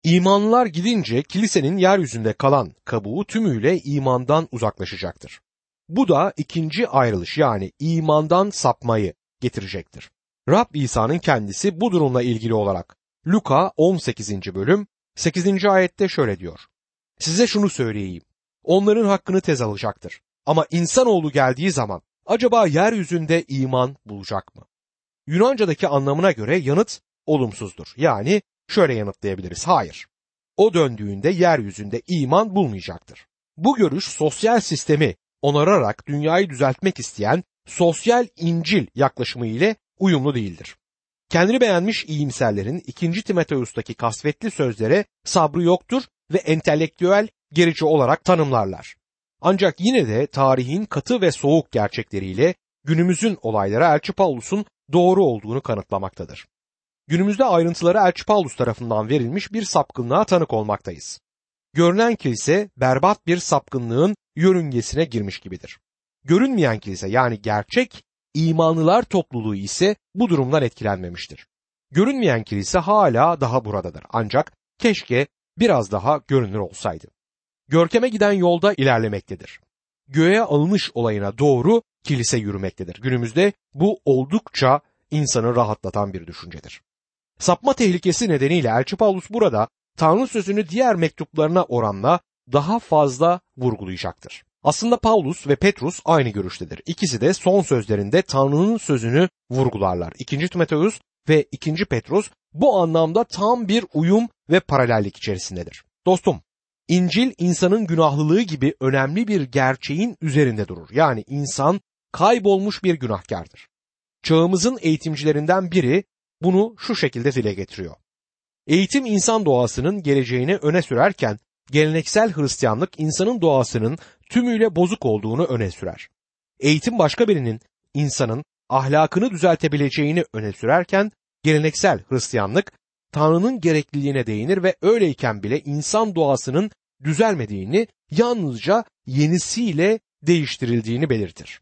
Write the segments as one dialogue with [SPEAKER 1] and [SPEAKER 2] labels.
[SPEAKER 1] İmanlılar gidince kilisenin yeryüzünde kalan kabuğu tümüyle imandan uzaklaşacaktır. Bu da ikinci ayrılış yani imandan sapmayı getirecektir. Rab İsa'nın kendisi bu durumla ilgili olarak Luka 18. bölüm 8. ayette şöyle diyor. Size şunu söyleyeyim. Onların hakkını tez alacaktır. Ama insanoğlu geldiği zaman acaba yeryüzünde iman bulacak mı? Yunanca'daki anlamına göre yanıt olumsuzdur. Yani şöyle yanıtlayabiliriz. Hayır. O döndüğünde yeryüzünde iman bulmayacaktır. Bu görüş sosyal sistemi onararak dünyayı düzeltmek isteyen sosyal İncil yaklaşımı ile uyumlu değildir. Kendini beğenmiş iyimserlerin 2. Timoteus'taki kasvetli sözlere sabrı yoktur ve entelektüel gerici olarak tanımlarlar. Ancak yine de tarihin katı ve soğuk gerçekleriyle günümüzün olayları Elçi Paulus'un doğru olduğunu kanıtlamaktadır. Günümüzde ayrıntıları Elçi Paulus tarafından verilmiş bir sapkınlığa tanık olmaktayız. Görünen kilise berbat bir sapkınlığın yörüngesine girmiş gibidir. Görünmeyen kilise yani gerçek imanlılar topluluğu ise bu durumdan etkilenmemiştir. Görünmeyen kilise hala daha buradadır ancak keşke biraz daha görünür olsaydı. Görkeme giden yolda ilerlemektedir. Göğe alınış olayına doğru kilise yürümektedir. Günümüzde bu oldukça insanı rahatlatan bir düşüncedir. Sapma tehlikesi nedeniyle Elçi Paulus burada Tanrı sözünü diğer mektuplarına oranla daha fazla vurgulayacaktır. Aslında Paulus ve Petrus aynı görüştedir. İkisi de son sözlerinde Tanrı'nın sözünü vurgularlar. 2. Timoteus ve 2. Petrus bu anlamda tam bir uyum ve paralellik içerisindedir. Dostum, İncil insanın günahlılığı gibi önemli bir gerçeğin üzerinde durur. Yani insan kaybolmuş bir günahkardır. Çağımızın eğitimcilerinden biri bunu şu şekilde dile getiriyor. Eğitim insan doğasının geleceğini öne sürerken geleneksel Hristiyanlık insanın doğasının tümüyle bozuk olduğunu öne sürer. Eğitim başka birinin insanın ahlakını düzeltebileceğini öne sürerken geleneksel Hristiyanlık Tanrı'nın gerekliliğine değinir ve öyleyken bile insan doğasının düzelmediğini, yalnızca yenisiyle değiştirildiğini belirtir.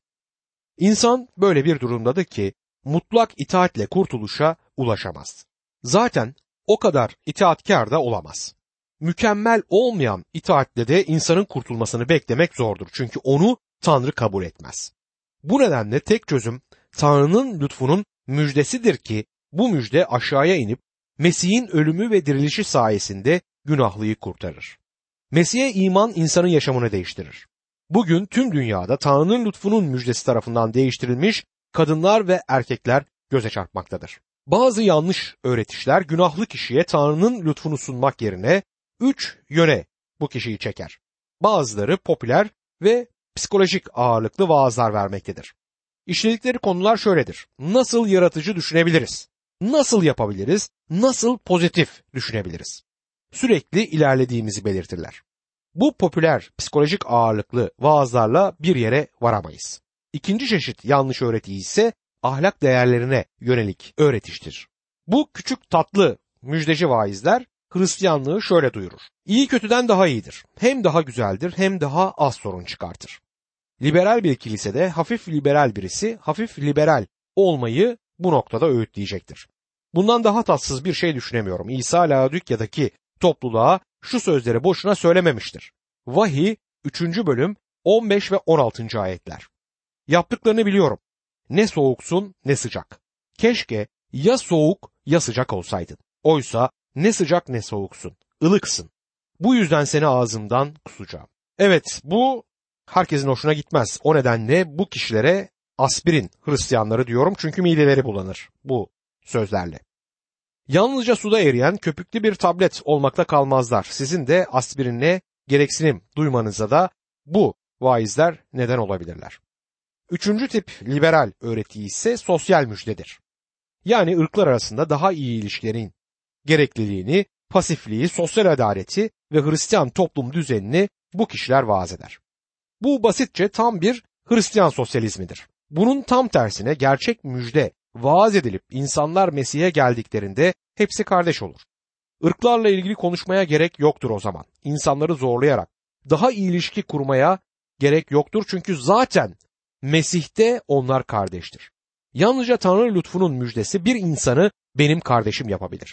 [SPEAKER 1] İnsan böyle bir durumdadır ki mutlak itaatle kurtuluşa ulaşamaz. Zaten o kadar itaatkar da olamaz. Mükemmel olmayan itaatle de insanın kurtulmasını beklemek zordur. Çünkü onu Tanrı kabul etmez. Bu nedenle tek çözüm Tanrı'nın lütfunun müjdesidir ki bu müjde aşağıya inip Mesih'in ölümü ve dirilişi sayesinde günahlıyı kurtarır. Mesih'e iman insanın yaşamını değiştirir. Bugün tüm dünyada Tanrı'nın lütfunun müjdesi tarafından değiştirilmiş kadınlar ve erkekler göze çarpmaktadır. Bazı yanlış öğretişler günahlı kişiye Tanrı'nın lütfunu sunmak yerine 3 yöne bu kişiyi çeker. Bazıları popüler ve psikolojik ağırlıklı vaazlar vermektedir. İşledikleri konular şöyledir. Nasıl yaratıcı düşünebiliriz? Nasıl yapabiliriz? Nasıl pozitif düşünebiliriz? Sürekli ilerlediğimizi belirtirler. Bu popüler psikolojik ağırlıklı vaazlarla bir yere varamayız. İkinci çeşit yanlış öğreti ise ahlak değerlerine yönelik öğretiştir. Bu küçük tatlı müjdeci vaizler Hristiyanlığı şöyle duyurur. İyi kötüden daha iyidir. Hem daha güzeldir hem daha az sorun çıkartır. Liberal bir kilisede hafif liberal birisi hafif liberal olmayı bu noktada öğütleyecektir. Bundan daha tatsız bir şey düşünemiyorum. İsa Laodikya'daki topluluğa şu sözleri boşuna söylememiştir. Vahiy 3. bölüm 15 ve 16. ayetler. Yaptıklarını biliyorum. Ne soğuksun ne sıcak. Keşke ya soğuk ya sıcak olsaydın. Oysa ne sıcak ne soğuksun. Ilıksın. Bu yüzden seni ağzımdan kusacağım. Evet, bu herkesin hoşuna gitmez. O nedenle bu kişilere aspirin Hristiyanları diyorum çünkü mideleri bulanır bu sözlerle. Yalnızca suda eriyen köpüklü bir tablet olmakta kalmazlar. Sizin de aspirinle gereksinim duymanıza da bu vaizler neden olabilirler. Üçüncü tip liberal öğreti ise sosyal müjdedir. Yani ırklar arasında daha iyi ilişkilerin gerekliliğini, pasifliği, sosyal adaleti ve Hristiyan toplum düzenini bu kişiler vaaz eder. Bu basitçe tam bir Hristiyan sosyalizmidir. Bunun tam tersine gerçek müjde vaaz edilip insanlar Mesih'e geldiklerinde hepsi kardeş olur. Irklarla ilgili konuşmaya gerek yoktur o zaman. İnsanları zorlayarak daha iyi ilişki kurmaya gerek yoktur çünkü zaten Mesih'te onlar kardeştir. Yalnızca Tanrı lütfunun müjdesi bir insanı benim kardeşim yapabilir.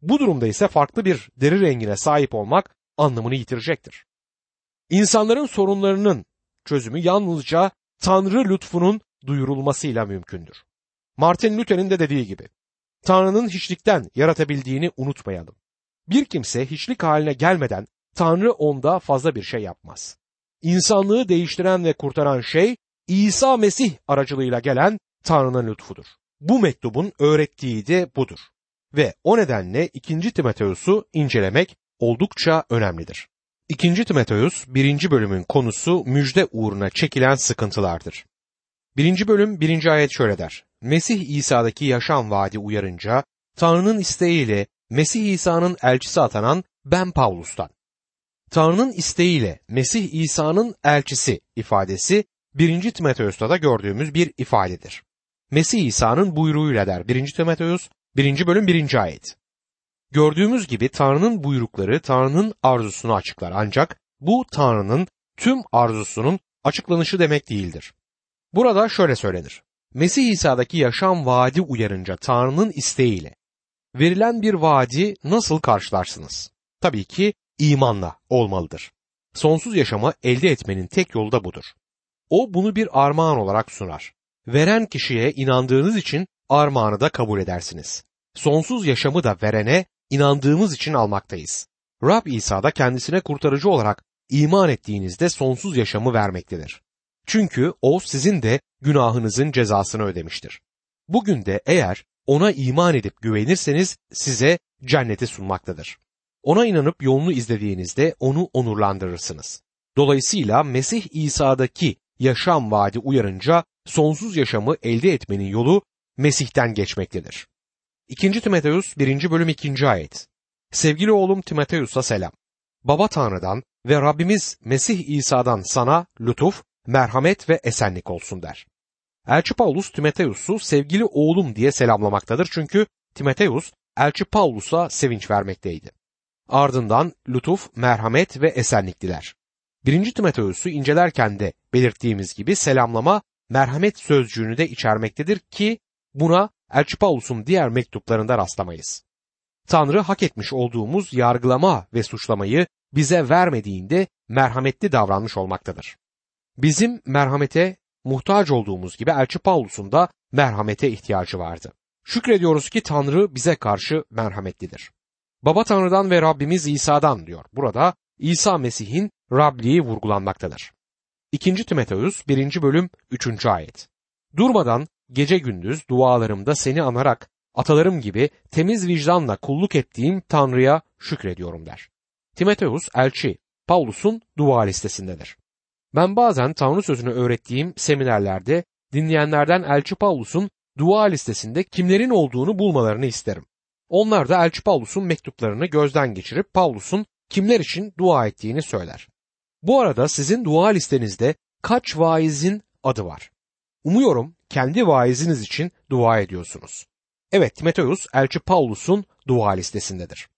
[SPEAKER 1] Bu durumda ise farklı bir deri rengine sahip olmak anlamını yitirecektir. İnsanların sorunlarının çözümü yalnızca Tanrı lütfunun duyurulmasıyla mümkündür. Martin Luther'in de dediği gibi, Tanrı'nın hiçlikten yaratabildiğini unutmayalım. Bir kimse hiçlik haline gelmeden Tanrı onda fazla bir şey yapmaz. İnsanlığı değiştiren ve kurtaran şey İsa Mesih aracılığıyla gelen Tanrı'nın lütfudur. Bu mektubun öğrettiği de budur. Ve o nedenle 2. Timoteus'u incelemek oldukça önemlidir. 2. Timoteus 1. bölümün konusu müjde uğruna çekilen sıkıntılardır. 1. bölüm 1. ayet şöyle der. Mesih İsa'daki yaşam vaadi uyarınca Tanrı'nın isteğiyle Mesih İsa'nın elçisi atanan ben Pavlus'tan. Tanrı'nın isteğiyle Mesih İsa'nın elçisi ifadesi 1. Timoteus'ta da gördüğümüz bir ifadedir. Mesih İsa'nın buyruğuyla der 1. Timoteus 1. bölüm 1. ayet. Gördüğümüz gibi Tanrı'nın buyrukları Tanrı'nın arzusunu açıklar ancak bu Tanrı'nın tüm arzusunun açıklanışı demek değildir. Burada şöyle söylenir. Mesih İsa'daki yaşam vaadi uyarınca Tanrı'nın isteğiyle verilen bir vaadi nasıl karşılarsınız? Tabii ki imanla olmalıdır. Sonsuz yaşamı elde etmenin tek yolu da budur. O bunu bir armağan olarak sunar. Veren kişiye inandığınız için armağanı da kabul edersiniz. Sonsuz yaşamı da verene inandığımız için almaktayız. Rab İsa da kendisine kurtarıcı olarak iman ettiğinizde sonsuz yaşamı vermektedir. Çünkü o sizin de günahınızın cezasını ödemiştir. Bugün de eğer ona iman edip güvenirseniz size cenneti sunmaktadır. Ona inanıp yolunu izlediğinizde onu onurlandırırsınız. Dolayısıyla Mesih İsa'daki yaşam vaadi uyarınca sonsuz yaşamı elde etmenin yolu Mesih'ten geçmektedir. 2. Timoteus 1. bölüm 2. ayet. Sevgili oğlum Timoteus'a selam. Baba Tanrı'dan ve Rabbimiz Mesih İsa'dan sana lütuf, merhamet ve esenlik olsun der. Elçi Pavlus Timoteus'u sevgili oğlum diye selamlamaktadır çünkü Timoteus Elçi Pavlus'a sevinç vermekteydi. Ardından lütuf, merhamet ve esenlik diler. 1. Timoteus'u incelerken de belirttiğimiz gibi selamlama merhamet sözcüğünü de içermektedir ki buna Elçi Pavlus'un diğer mektuplarında rastlamayız. Tanrı hak etmiş olduğumuz yargılama ve suçlamayı bize vermediğinde merhametli davranmış olmaktadır. Bizim merhamete muhtaç olduğumuz gibi Elçi Pavlus'un da merhamete ihtiyacı vardı. Şükrediyoruz ki Tanrı bize karşı merhametlidir. Baba Tanrı'dan ve Rabbimiz İsa'dan diyor. Burada İsa Mesih'in Rabliği vurgulanmaktadır. 2. Timoteus 1. bölüm 3. ayet. Durmadan gece gündüz dualarımda seni anarak atalarım gibi temiz vicdanla kulluk ettiğim Tanrı'ya şükrediyorum der. Timoteus elçi Pavlus'un dua listesindedir. Ben bazen Tanrı sözünü öğrettiğim seminerlerde dinleyenlerden elçi Pavlus'un dua listesinde kimlerin olduğunu bulmalarını isterim. Onlar da elçi Pavlus'un mektuplarını gözden geçirip Pavlus'un kimler için dua ettiğini söyler. Bu arada sizin dua listenizde kaç vaizin adı var? Umuyorum kendi vaiziniz için dua ediyorsunuz. Evet, Timoteus elçi Pavlus'un dua listesindedir.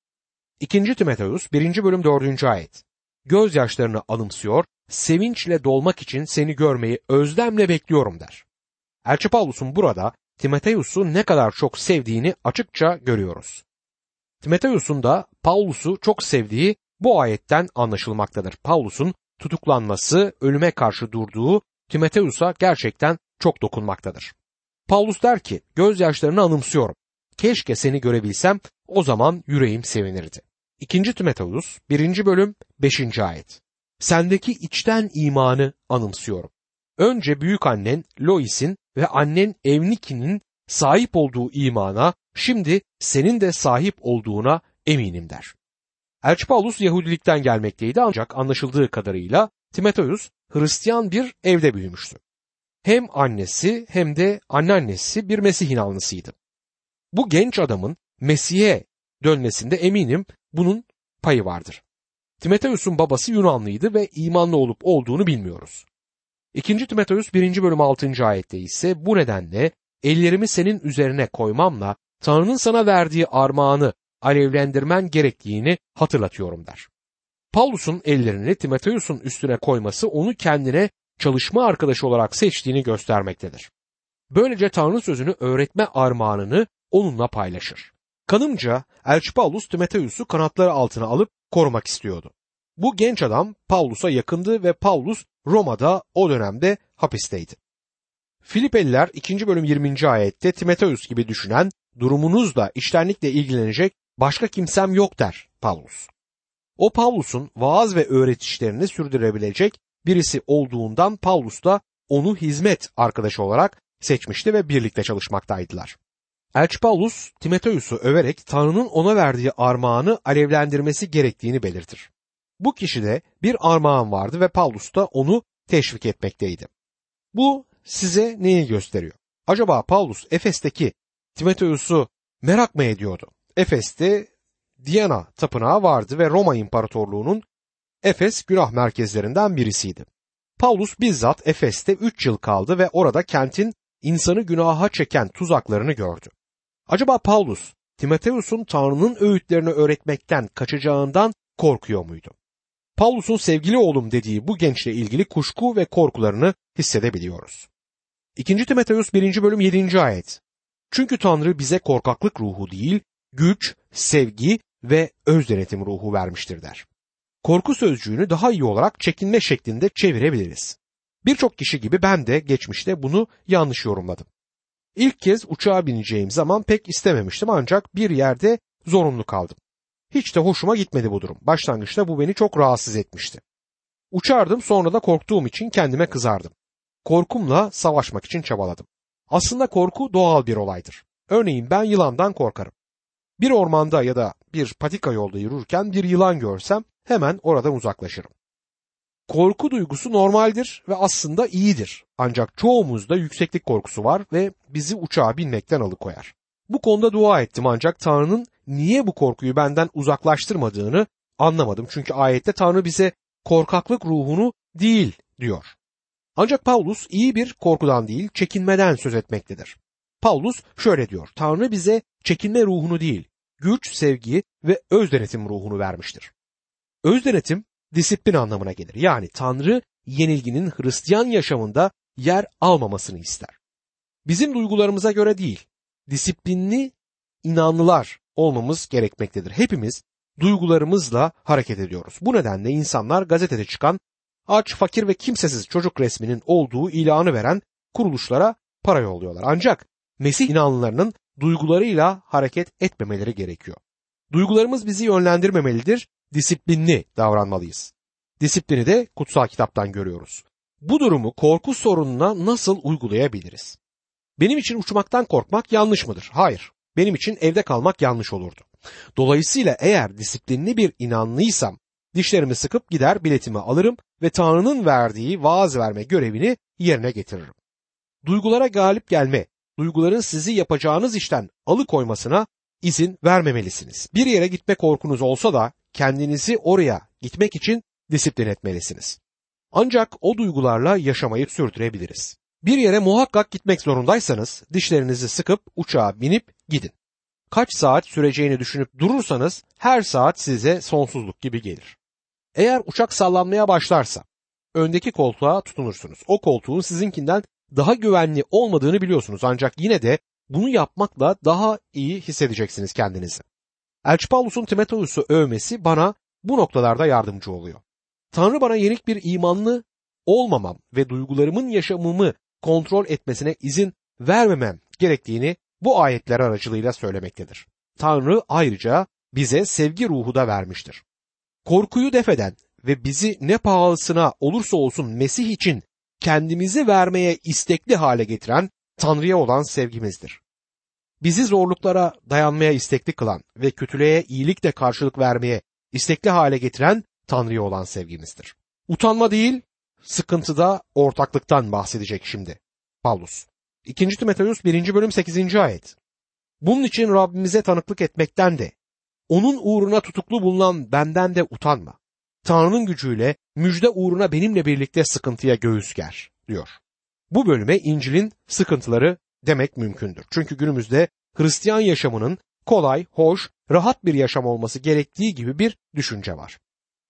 [SPEAKER 1] 2. Timoteus 1. bölüm 4. ayet. Gözyaşlarını anımsıyor, sevinçle dolmak için seni görmeyi özlemle bekliyorum der. Elçi Pavlus'un burada Timoteus'u ne kadar çok sevdiğini açıkça görüyoruz. Timoteus'un da Pavlus'u çok sevdiği bu ayetten anlaşılmaktadır. Pavlus'un tutuklanması, ölüme karşı durduğu Timoteus'a gerçekten çok dokunmaktadır. Pavlus der ki, gözyaşlarını anımsıyorum. Keşke seni görebilsem, o zaman yüreğim sevinirdi. 2. Timoteus 1. bölüm 5. ayet. Sendeki içten imanı anımsıyorum. Önce büyük annen Lois'in ve annen Evniki'nin sahip olduğu imana, şimdi senin de sahip olduğuna eminim der. Elçi Pavlus Yahudilikten gelmekteydi ancak anlaşıldığı kadarıyla Timoteus Hristiyan bir evde büyümüştü. Hem annesi hem de anneannesi bir Mesih inanlısıydı. Bu genç adamın Mesih'e dönmesinde eminim bunun payı vardır. Timoteus'un babası Yunanlıydı ve imanlı olup olduğunu bilmiyoruz. 2. Timoteus 1. bölüm 6. ayette ise bu nedenle ellerimi senin üzerine koymamla Tanrı'nın sana verdiği armağanı alevlendirmen gerektiğini hatırlatıyorum der. Pavlus'un ellerini Timoteus'un üstüne koyması onu kendine çalışma arkadaşı olarak seçtiğini göstermektedir. Böylece Tanrı sözünü öğretme armağanını onunla paylaşır. Kanımca Elçi Paulus Timoteus'u kanatları altına alıp korumak istiyordu. Bu genç adam Paulus'a yakındı ve Paulus Roma'da o dönemde hapisteydi. Filipeliler 2. bölüm 20. ayette Timoteus gibi düşünen, durumunuzla içtenlikle ilgilenecek başka kimsem yok der Paulus. O Paulus'un vaaz ve öğretişlerini sürdürebilecek birisi olduğundan Paulus da onu hizmet arkadaşı olarak seçmişti ve birlikte çalışmaktaydılar. Elçi Paulus Timoteus'u överek Tanrı'nın ona verdiği armağanı alevlendirmesi gerektiğini belirtir. Bu kişide bir armağan vardı ve Paulus da onu teşvik etmekteydi. Bu size neyi gösteriyor? Acaba Paulus Efes'teki Timoteus'u merak mı ediyordu? Efes'te Diana tapınağı vardı ve Roma İmparatorluğu'nun Efes günah merkezlerinden birisiydi. Paulus bizzat Efes'te 3 yıl kaldı ve orada kentin insanı günaha çeken tuzaklarını gördü. Acaba Paulus Timoteus'un Tanrı'nın öğütlerini öğretmekten kaçacağından korkuyor muydu? Paulus'un sevgili oğlum dediği bu gençle ilgili kuşku ve korkularını hissedebiliyoruz. 2. Timoteus 1. bölüm 7. ayet. Çünkü Tanrı bize korkaklık ruhu değil, güç, sevgi ve öz denetim ruhu vermiştir der. Korku sözcüğünü daha iyi olarak çekinme şeklinde çevirebiliriz. Birçok kişi gibi ben de geçmişte bunu yanlış yorumladım. İlk kez uçağa bineceğim zaman pek istememiştim ancak bir yerde zorunlu kaldım. Hiç de hoşuma gitmedi bu durum. Başlangıçta bu beni çok rahatsız etmişti. Uçardım, sonra da korktuğum için kendime kızardım. Korkumla savaşmak için çabaladım. Aslında korku doğal bir olaydır. Örneğin ben yılandan korkarım. Bir ormanda ya da bir patika yolda yürürken bir yılan görsem hemen oradan uzaklaşırım. Korku duygusu normaldir ve aslında iyidir. Ancak çoğumuzda yükseklik korkusu var ve bizi uçağa binmekten alıkoyar. Bu konuda dua ettim ancak Tanrı'nın niye bu korkuyu benden uzaklaştırmadığını anlamadım. Çünkü ayette Tanrı bize korkaklık ruhunu değil diyor. Ancak Paulus iyi bir korkudan değil, çekinmeden söz etmektedir. Paulus şöyle diyor: Tanrı bize çekinme ruhunu değil, güç, sevgi ve öz denetim ruhunu vermiştir. Öz denetim disiplin anlamına gelir. Yani Tanrı yenilginin Hristiyan yaşamında yer almamasını ister. Bizim duygularımıza göre değil, disiplinli inanlılar olmamız gerekmektedir. Hepimiz duygularımızla hareket ediyoruz. Bu nedenle insanlar gazetede çıkan aç, fakir ve kimsesiz çocuk resminin olduğu ilanı veren kuruluşlara para yolluyorlar. Ancak Mesih inanlılarının duygularıyla hareket etmemeleri gerekiyor. Duygularımız bizi yönlendirmemelidir, disiplinli davranmalıyız. Disiplini de kutsal kitaptan görüyoruz. Bu durumu korku sorununa nasıl uygulayabiliriz? Benim için uçmaktan korkmak yanlış mıdır? Hayır. Benim için evde kalmak yanlış olurdu. Dolayısıyla eğer disiplinli bir inanlıysam dişlerimi sıkıp gider biletimi alırım ve Tanrı'nın verdiği vaaz verme görevini yerine getiririm. Duygulara galip gelme, duyguların sizi yapacağınız işten alıkoymasına izin vermemelisiniz. Bir yere gitme korkunuz olsa da kendinizi oraya gitmek için disiplin etmelisiniz. Ancak o duygularla yaşamayı sürdürebiliriz. Bir yere muhakkak gitmek zorundaysanız dişlerinizi sıkıp uçağa binip gidin. Kaç saat süreceğini düşünüp durursanız her saat size sonsuzluk gibi gelir. Eğer uçak sallanmaya başlarsa öndeki koltuğa tutunursunuz. O koltuğun sizinkinden daha güvenli olmadığını biliyorsunuz ancak yine de bunu yapmakla daha iyi hissedeceksiniz kendinizi. Elçi Paulus'un Timoteus'u övmesi bana bu noktalarda yardımcı oluyor. Tanrı bana yenik bir imanlı olmamam ve duygularımın yaşamımı kontrol etmesine izin vermemem gerektiğini bu ayetler aracılığıyla söylemektedir. Tanrı ayrıca bize sevgi ruhu da vermiştir. Korkuyu defeden ve bizi ne pahasına olursa olsun Mesih için kendimizi vermeye istekli hale getiren Tanrı'ya olan sevgimizdir. Bizi zorluklara dayanmaya istekli kılan ve kötülüğe iyilikle karşılık vermeye istekli hale getiren Tanrı'ya olan sevgimizdir. Utanma değil, sıkıntıda ortaklıktan bahsedecek şimdi Paulus. 2. Timoteus 1. bölüm 8. ayet. Bunun için Rabbimize tanıklık etmekten de, onun uğruna tutuklu bulunan benden de utanma. Tanrı'nın gücüyle müjde uğruna benimle birlikte sıkıntıya göğüs ger diyor. Bu bölüme İncil'in sıkıntıları demek mümkündür. Çünkü günümüzde Hristiyan yaşamının kolay, hoş, rahat bir yaşam olması gerektiği gibi bir düşünce var.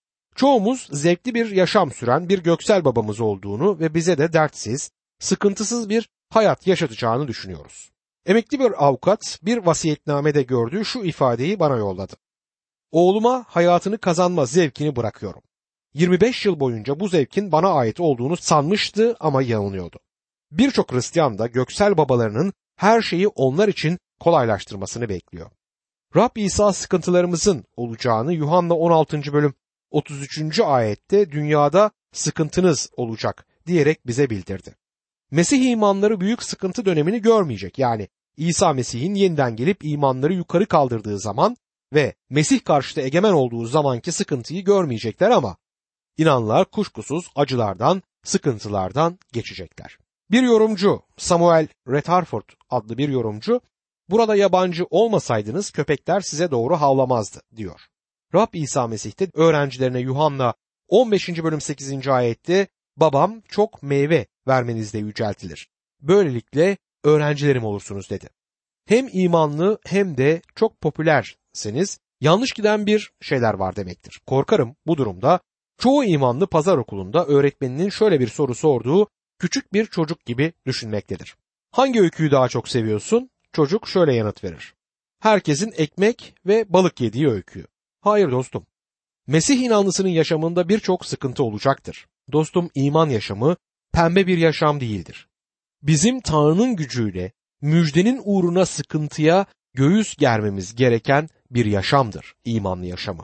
[SPEAKER 1] Çoğumuz zevkli bir yaşam süren bir göksel babamız olduğunu ve bize de dertsiz, sıkıntısız bir hayat yaşatacağını düşünüyoruz. Emekli bir avukat bir vasiyetnamede gördüğü şu ifadeyi bana yolladı. Oğluma hayatını kazanma zevkini bırakıyorum. 25 yıl boyunca bu zevkin bana ait olduğunu sanmıştı ama yanılıyordu. Birçok Hristiyan da göksel babalarının her şeyi onlar için kolaylaştırmasını bekliyor. Rab İsa sıkıntılarımızın olacağını Yuhanna 16. bölüm 33. ayette dünyada sıkıntınız olacak diyerek bize bildirdi. Mesih imanları büyük sıkıntı dönemini görmeyecek. Yani İsa Mesih'in yeniden gelip imanları yukarı kaldırdığı zaman ve Mesih karşıtı egemen olduğu zamanki sıkıntıyı görmeyecekler ama inanlar kuşkusuz acılardan, sıkıntılardan geçecekler. Bir yorumcu, Samuel Rutherford adlı bir yorumcu, burada yabancı olmasaydınız köpekler size doğru havlamazdı diyor. Rab İsa Mesih de öğrencilerine Yuhanna 15. bölüm 8. ayette babam çok meyve vermenizde yüceltilir. Böylelikle öğrencilerim olursunuz dedi. Hem imanlı hem de çok popülerseniz yanlış giden bir şeyler var demektir. Korkarım bu durumda çoğu imanlı pazar okulunda öğretmeninin şöyle bir soru sorduğu küçük bir çocuk gibi düşünmektedir. Hangi öyküyü daha çok seviyorsun? Çocuk şöyle yanıt verir. Herkesin ekmek ve balık yediği öyküyü. Hayır dostum. Mesih inanlısının yaşamında birçok sıkıntı olacaktır. Dostum, iman yaşamı pembe bir yaşam değildir. Bizim Tanrı'nın gücüyle müjdenin uğruna sıkıntıya göğüs germemiz gereken bir yaşamdır imanlı yaşamı.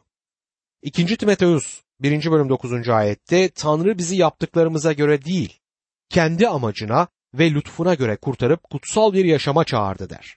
[SPEAKER 1] 2. Timoteus 1. bölüm 9. ayette Tanrı bizi yaptıklarımıza göre değil, kendi amacına ve lütfuna göre kurtarıp kutsal bir yaşama çağırdı der.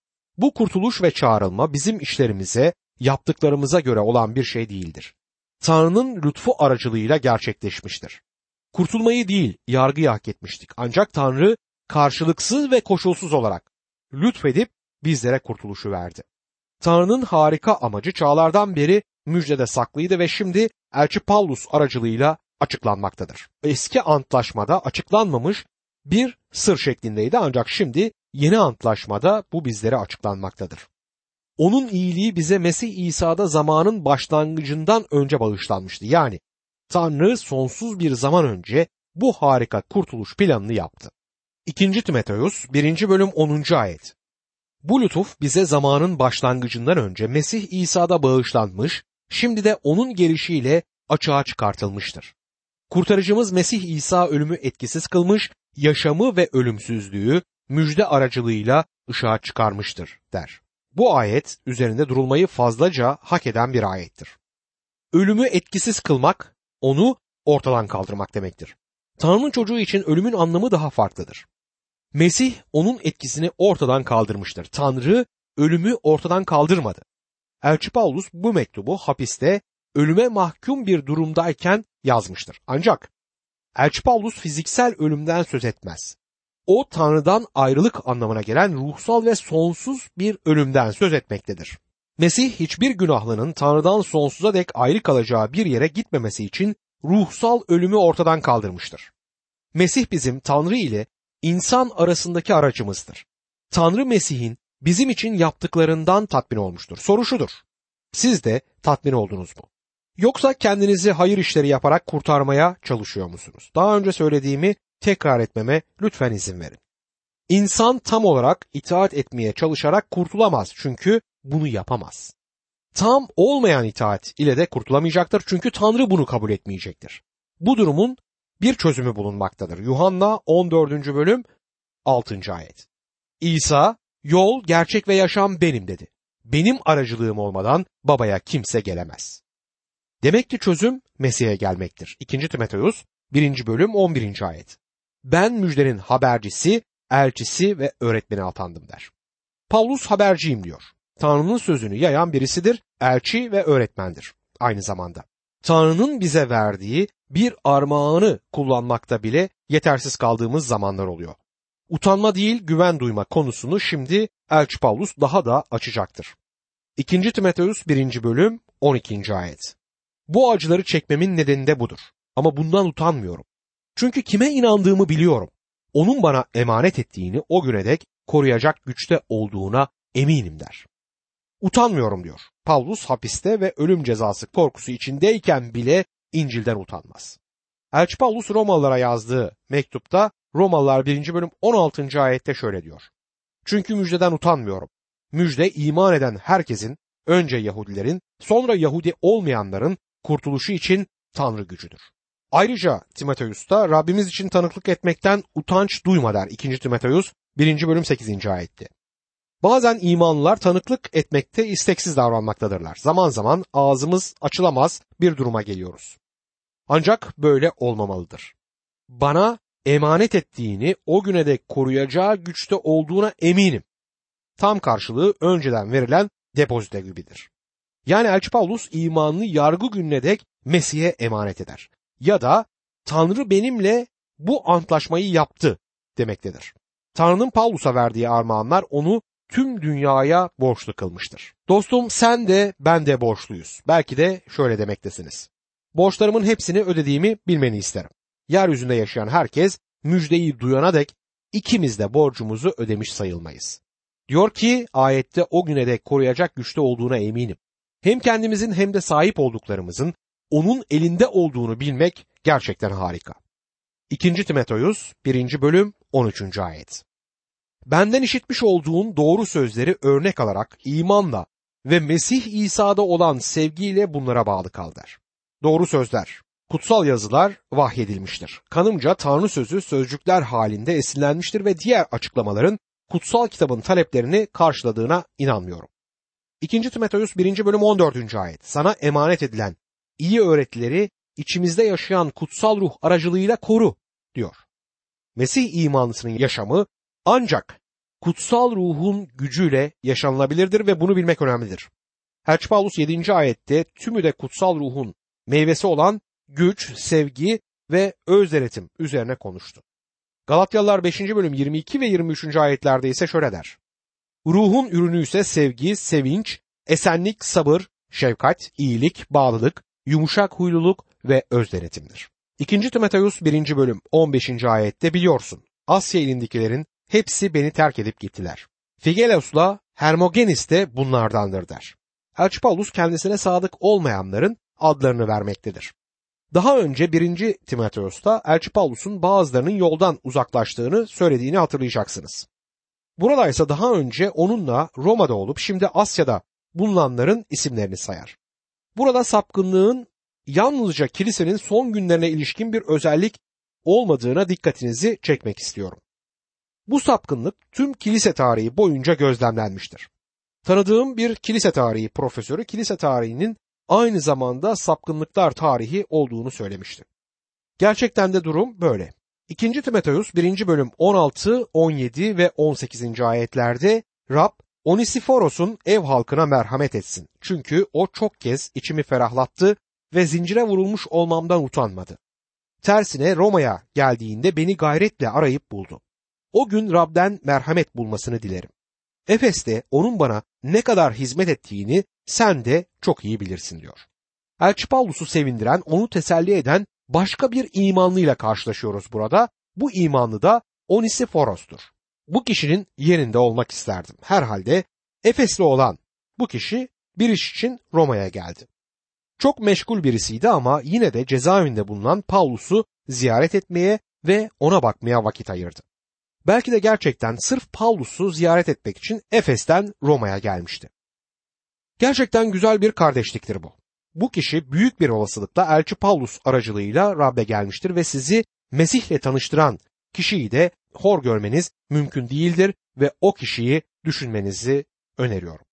[SPEAKER 1] Bu kurtuluş ve çağrılma bizim işlerimize, yaptıklarımıza göre olan bir şey değildir. Tanrı'nın lütfu aracılığıyla gerçekleşmiştir. Kurtulmayı değil, yargıyı hak etmiştik. Ancak Tanrı karşılıksız ve koşulsuz olarak lütfedip bizlere kurtuluşu verdi. Tanrı'nın harika amacı çağlardan beri müjdede saklıydı ve şimdi Elçi Pavlus aracılığıyla açıklanmaktadır. Eski antlaşmada açıklanmamış bir sır şeklindeydi ancak şimdi yeni antlaşmada bu bizlere açıklanmaktadır. Onun iyiliği bize Mesih İsa'da zamanın başlangıcından önce bağışlanmıştı. Yani Tanrı sonsuz bir zaman önce bu harika kurtuluş planını yaptı. 2. Timoteus 1. bölüm 10. ayet. Bu lütuf bize zamanın başlangıcından önce Mesih İsa'da bağışlanmış, şimdi de onun gelişiyle açığa çıkartılmıştır. Kurtarıcımız Mesih İsa ölümü etkisiz kılmış, yaşamı ve ölümsüzlüğü müjde aracılığıyla ışığa çıkarmıştır der. Bu ayet üzerinde durulmayı fazlaca hak eden bir ayettir. Ölümü etkisiz kılmak, onu ortadan kaldırmak demektir. Tanrı'nın çocuğu için ölümün anlamı daha farklıdır. Mesih onun etkisini ortadan kaldırmıştır. Tanrı ölümü ortadan kaldırmadı. Elçi Pavlus bu mektubu hapiste ölüme mahkum bir durumdayken yazmıştır. Ancak Elçi Pavlus fiziksel ölümden söz etmez. O Tanrı'dan ayrılık anlamına gelen ruhsal ve sonsuz bir ölümden söz etmektedir. Mesih hiçbir günahlının Tanrı'dan sonsuza dek ayrı kalacağı bir yere gitmemesi için ruhsal ölümü ortadan kaldırmıştır. Mesih bizim Tanrı ile insan arasındaki aracımızdır. Tanrı Mesih'in bizim için yaptıklarından tatmin olmuştur. Soru şudur: siz de tatmin oldunuz mu? Yoksa kendinizi hayır işleri yaparak kurtarmaya çalışıyor musunuz? Daha önce söylediğimi tekrar etmeme lütfen izin verin. İnsan tam olarak itaat etmeye çalışarak kurtulamaz çünkü bunu yapamaz. Tam olmayan itaat ile de kurtulamayacaktır çünkü Tanrı bunu kabul etmeyecektir. Bu durumun bir çözümü bulunmaktadır. Yuhanna 14. bölüm 6. ayet. İsa, yol, gerçek ve yaşam benim dedi. Benim aracılığım olmadan babaya kimse gelemez. Demek ki çözüm Mesih'e gelmektir. 2. Timoteus 1. bölüm 11. ayet. Ben müjdenin habercisi, elçisi ve öğretmeni atandım der. Pavlus haberciyim diyor. Tanrı'nın sözünü yayan birisidir, elçi ve öğretmendir aynı zamanda. Tanrı'nın bize verdiği bir armağanı kullanmakta bile yetersiz kaldığımız zamanlar oluyor. Utanma değil, güven duyma konusunu şimdi Elçi Pavlus daha da açacaktır. 2. Timoteus 1. bölüm 12. ayet. Bu acıları çekmemin nedeni de budur. Ama bundan utanmıyorum. Çünkü kime inandığımı biliyorum. Onun bana emanet ettiğini o güne dek koruyacak güçte olduğuna eminim der. Utanmıyorum diyor. Pavlus hapiste ve ölüm cezası korkusu içindeyken bile İncil'den utanmaz. Elçi Pavlus Romalılara yazdığı mektupta Romalılar 1. bölüm 16. ayette şöyle diyor. Çünkü müjdeden utanmıyorum. Müjde iman eden herkesin, önce Yahudilerin, sonra Yahudi olmayanların kurtuluşu için Tanrı gücüdür. Ayrıca Timoteus da Rabbimiz için tanıklık etmekten utanç duyma der. 2. Timoteus 1. bölüm 8. ayette. Bazen imanlılar tanıklık etmekte isteksiz davranmaktadırlar. Zaman zaman ağzımız açılamaz bir duruma geliyoruz. Ancak böyle olmamalıdır. Bana emanet ettiğini o güne dek koruyacağı güçte olduğuna eminim. Tam karşılığı önceden verilen depozito gibidir. Yani Elçi Pavlus imanını yargı gününe dek Mesih'e emanet eder. Ya da Tanrı benimle bu antlaşmayı yaptı demektedir. Tanrı'nın Pavlus'a verdiği armağanlar onu tüm dünyaya borçlu kılmıştır. Dostum, sen de ben de borçluyuz. Belki de şöyle demektesiniz. Borçlarımın hepsini ödediğimi bilmeni isterim. Yeryüzünde yaşayan herkes müjdeyi duyana dek ikimiz de borcumuzu ödemiş sayılmayız. Diyor ki ayette o güne dek koruyacak güçte olduğuna eminim. Hem kendimizin hem de sahip olduklarımızın onun elinde olduğunu bilmek gerçekten harika. 2. Timoteus 1. bölüm 13. ayet. Benden işitmiş olduğun doğru sözleri örnek alarak imanla ve Mesih İsa'da olan sevgiyle bunlara bağlı kal der. Doğru sözler, kutsal yazılar vahyedilmiştir. Kanımca Tanrı sözü sözcükler halinde esinlenmiştir ve diğer açıklamaların kutsal kitabın taleplerini karşıladığına inanmıyorum. 2. Timoteus 1. bölüm 14. ayet. Sana emanet edilen iyi öğretileri içimizde yaşayan kutsal ruh aracılığıyla koru diyor. Mesih imanlısının yaşamı ancak kutsal ruhun gücüyle yaşanılabilirdir ve bunu bilmek önemlidir. Elçi Pavlus 7. ayette tümü de kutsal ruhun meyvesi olan güç, sevgi ve öz denetim üzerine konuştu. Galatyalılar 5. bölüm 22 ve 23. ayetlerde ise şöyle der. Ruhun ürünü ise sevgi, sevinç, esenlik, sabır, şefkat, iyilik, bağlılık, yumuşak huyluluk ve öz denetimdir. 2. Timoteus 1. bölüm 15. ayette biliyorsun, Asya ilindekilerin hepsi beni terk edip gittiler. Figelos'la Hermogenes de bunlardandır der. Elçi Pavlus kendisine sadık olmayanların adlarını vermektedir. Daha önce 1. Timoteus'ta Elçi Pavlus'un bazılarının yoldan uzaklaştığını söylediğini hatırlayacaksınız. Burada ise daha önce onunla Roma'da olup şimdi Asya'da bulunanların isimlerini sayar. Burada sapkınlığın yalnızca kilisenin son günlerine ilişkin bir özellik olmadığına dikkatinizi çekmek istiyorum. Bu sapkınlık tüm kilise tarihi boyunca gözlemlenmiştir. Tanıdığım bir kilise tarihi profesörü kilise tarihinin aynı zamanda sapkınlıklar tarihi olduğunu söylemişti. Gerçekten de durum böyle. 2. Timoteus 1. bölüm 16, 17 ve 18. ayetlerde Rab Onisiforos'un ev halkına merhamet etsin. Çünkü o çok kez içimi ferahlattı ve zincire vurulmuş olmamdan utanmadı. Tersine Roma'ya geldiğinde beni gayretle arayıp buldu. O gün Rab'den merhamet bulmasını dilerim. Efes'te onun bana ne kadar hizmet ettiğini sen de çok iyi bilirsin diyor. Elçi Pavlus'u sevindiren, onu teselli eden başka bir imanlıyla karşılaşıyoruz burada. Bu imanlı da Onisiforos'tur. Bu kişinin yerinde olmak isterdim. Herhalde Efesli olan bu kişi bir iş için Roma'ya geldi. Çok meşgul birisiydi ama yine de cezaevinde bulunan Pavlus'u ziyaret etmeye ve ona bakmaya vakit ayırdı. Belki de gerçekten sırf Pavlus'u ziyaret etmek için Efes'ten Roma'ya gelmişti. Gerçekten güzel bir kardeşliktir bu. Bu kişi büyük bir olasılıkla Elçi Pavlus aracılığıyla Rab'be gelmiştir ve sizi Mesih'le tanıştıran kişiyi de hor görmeniz mümkün değildir ve o kişiyi düşünmenizi öneriyorum.